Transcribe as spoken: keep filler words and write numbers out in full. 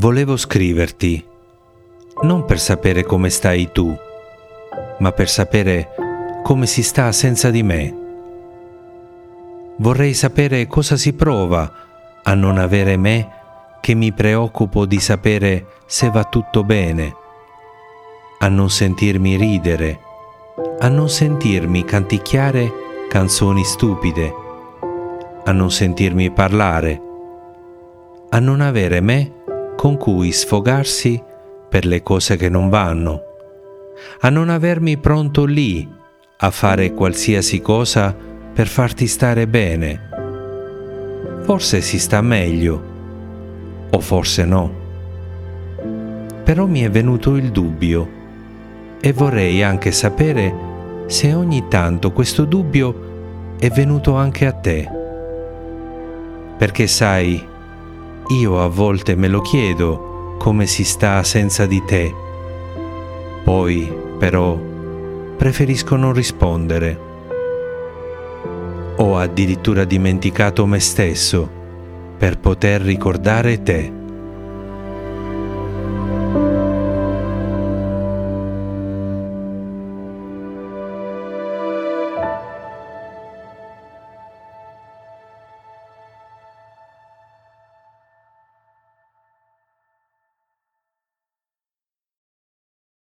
Volevo scriverti, non per sapere come stai tu, ma per sapere come si sta senza di me. Vorrei sapere cosa si prova a non avere me, che mi preoccupo di sapere se va tutto bene, a non sentirmi ridere, a non sentirmi canticchiare canzoni stupide, a non sentirmi parlare, a non avere me con cui sfogarsi per le cose che non vanno, a non avermi pronto lì a fare qualsiasi cosa per farti stare bene. Forse si sta meglio, o forse no. Però mi è venuto il dubbio e vorrei anche sapere se ogni tanto questo dubbio è venuto anche a te. Perché sai, io a volte me lo chiedo come si sta senza di te. Poi, però, preferisco non rispondere. Ho addirittura dimenticato me stesso per poter ricordare te.